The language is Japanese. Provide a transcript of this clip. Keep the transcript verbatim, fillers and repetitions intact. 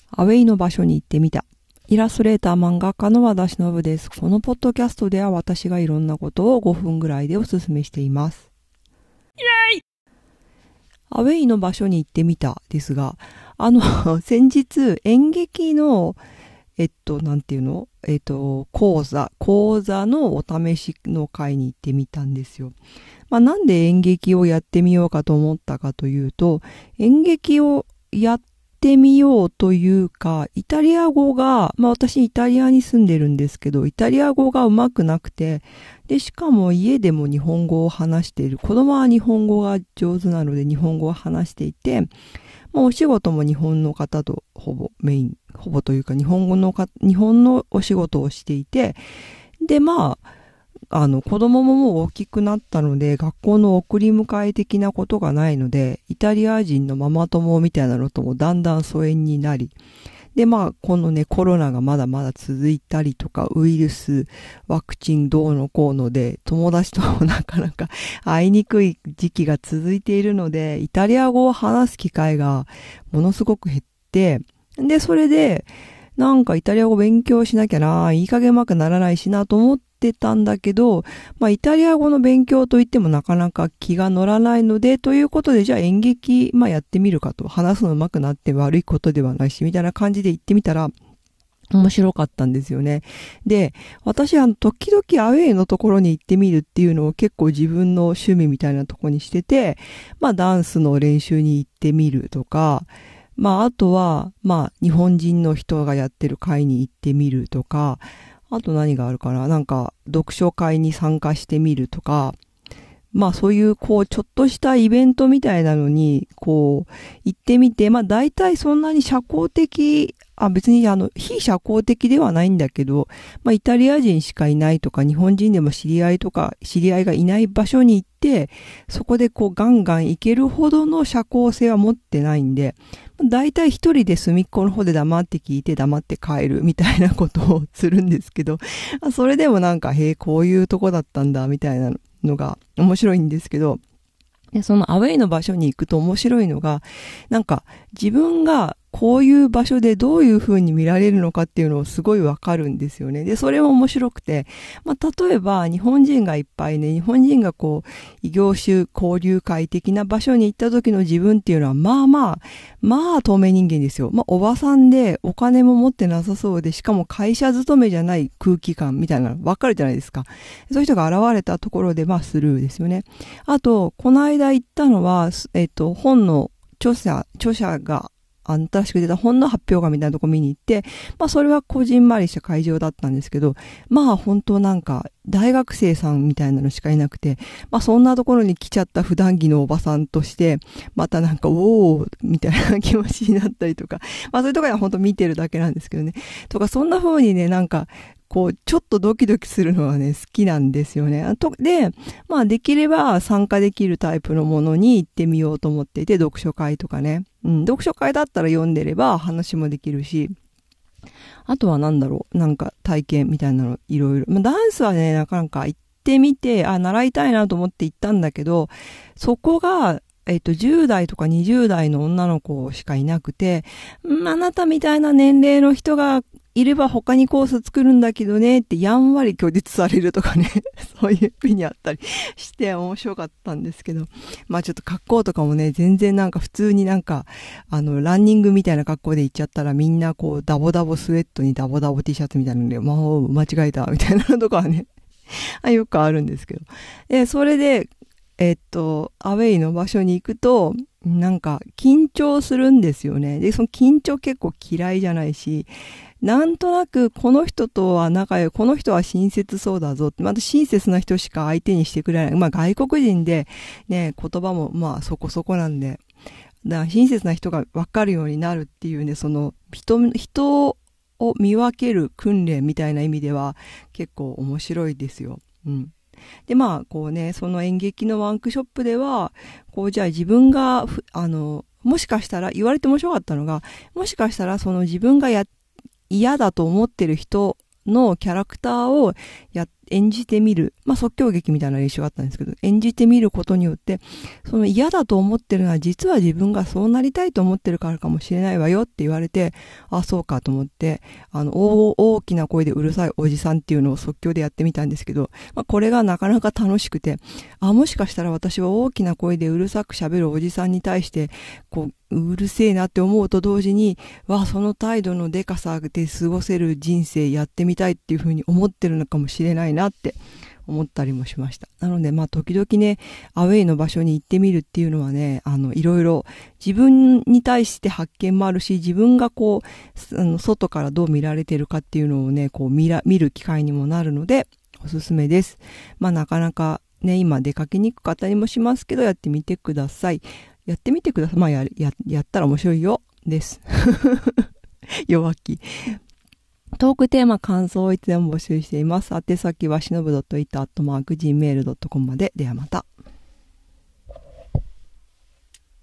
アウェイの場所に行ってみた。イラストレーター漫画家の和田忍です。このポッドキャストでは私がいろんなことをごふんぐらいでお勧めしています。イエーイ！アウェイの場所に行ってみたですが、あの、先日演劇の、えっと、なんていうのえっと、講座、講座のお試しの会に行ってみたんですよ。まあ、なんで演劇をやってみようかと思ったかというと、演劇をやってみようというか、イタリア語が、まあ私イタリアに住んでるんですけど、イタリア語がうまくなくて、で、しかも家でも日本語を話している。子供は日本語が上手なので日本語を話していて、まあお仕事も日本の方とほぼメイン、ほぼというか日本語のか、日本のお仕事をしていて、で、まあ、あの、子供ももう大きくなったので、学校の送り迎え的なことがないので、イタリア人のママ友みたいなのともだんだん疎遠になり、で、まあ、このね、コロナがまだまだ続いたりとか、ウイルス、ワクチンどうのこうので、友達ともなかなか会いにくい時期が続いているので、イタリア語を話す機会がものすごく減って、で、それで、なんかイタリア語勉強しなきゃな、いい加減うまくならないしなと思ってたんだけど、まあイタリア語の勉強といってもなかなか気が乗らないので、ということでじゃあ演劇、まあやってみるかと、話すのうまくなって悪いことではないし、みたいな感じで行ってみたら、面白かったんですよね。で、私は時々アウェイのところに行ってみるっていうのを結構自分の趣味みたいなところにしてて、まあダンスの練習に行ってみるとか、まあ、あとは、まあ、日本人の人がやってる会に行ってみるとか、あと何があるかななんか、読書会に参加してみるとか、まあ、そういう、こう、ちょっとしたイベントみたいなのに、こう、行ってみて、まあ、大体そんなに社交的、あ、別に、あの、非社交的ではないんだけど、まあ、イタリア人しかいないとか、日本人でも知り合いとか、知り合いがいない場所に行って、そこでこう、ガンガン行けるほどの社交性は持ってないんで、大体一人で隅っこの方で黙って聞いて黙って帰るみたいなことをするんですけど、それでもなんか、へえ、こういうとこだったんだ、みたいなのが面白いんですけど、でそのアウェイの場所に行くと面白いのが、なんか自分がこういう場所でどういう風に見られるのかっていうのをすごいわかるんですよね。で、それも面白くて、まあ、例えば日本人がいっぱいね、日本人がこう、異業種交流会的な場所に行った時の自分っていうのは、まあまあ、まあ透明人間ですよ。まあ、おばさんでお金も持ってなさそうで、しかも会社勤めじゃない空気感みたいなのわかるじゃないですか。そういう人が現れたところで、まあスルーですよね。あと、この間行ったのは、えっと、本の著者、著者が、新しく出た本の発表会みたいなとこ見に行って、まあそれはこじんまりした会場だったんですけど、まあ本当なんか大学生さんみたいなのしかいなくて、まあそんなところに来ちゃった普段着のおばさんとして、またなんかおーみたいな気持ちになったりとか、まあそういうところは本当見てるだけなんですけどね。とかそんな風にね、なんか、こう、ちょっとドキドキするのはね、好きなんですよね。あとで、まあできれば参加できるタイプのものに行ってみようと思っていて、読書会とかね。うん、読書会だったら読んでれば話もできるし、あとはなんだろう、なんか体験みたいなのいろいろ。まあダンスはね、なかなか行ってみて、あ、習いたいなと思って行ったんだけど、そこが、えっと、じゅう代とかにじゅう代の女の子しかいなくて、うん、あなたみたいな年齢の人がいれば他にコース作るんだけどねってやんわり拒絶されるとかね、そういう目にあったりして面白かったんですけど、まあちょっと格好とかもね、全然なんか普通になんか、あの、ランニングみたいな格好で行っちゃったらみんなこう、ダボダボスウェットにダボダボ T シャツみたいなので、まあ間違えたみたいなのとかはね、よくあるんですけど。で、それで、えっと、アウェイの場所に行くと、なんか緊張するんですよね。で、その緊張結構嫌いじゃないし、なんとなくこの人とは仲良い、この人は親切そうだぞって、また親切な人しか相手にしてくれない。まあ外国人でね、言葉もまあそこそこなんで、だから親切な人が分かるようになるっていうね、その人、人を見分ける訓練みたいな意味では結構面白いですよ。うん。で、まあ、こうね、その演劇のワークショップでは、こう、じゃあ自分が、あの、もしかしたら、言われて面白かったのが、もしかしたらその自分がや、嫌だと思ってる人のキャラクターをや、 演じてみる、まあ即興劇みたいな練習があったんですけど、演じてみることによって、その嫌だと思ってるのは実は自分がそうなりたいと思ってるからかもしれないわよって言われて、あ、そうかと思って、あの、大、大きな声でうるさいおじさんっていうのを即興でやってみたんですけど、まあこれがなかなか楽しくて、あ、もしかしたら私は大きな声でうるさく喋るおじさんに対して、こう、うるせえなって思うと同時に、わ、その態度のでかさで過ごせる人生やってみたいっていうふうに思ってるのかもしれないなって思ったりもしました。なので、まあ、時々ね、アウェイの場所に行ってみるっていうのはね、あの、いろいろ自分に対して発見もあるし、自分がこう、あの外からどう見られてるかっていうのをね、こう見ら、見る機会にもなるので、おすすめです。まあ、なかなかね、今出かけにくかったりもしますけど、やってみてください。やってみてください。まあ、や、や、やったら面白いよ。です。弱気。トークテーマ、感想をいつでも募集しています。宛先はしのぶ .it アットマーク ジーメール ドットコム まで。ではまた。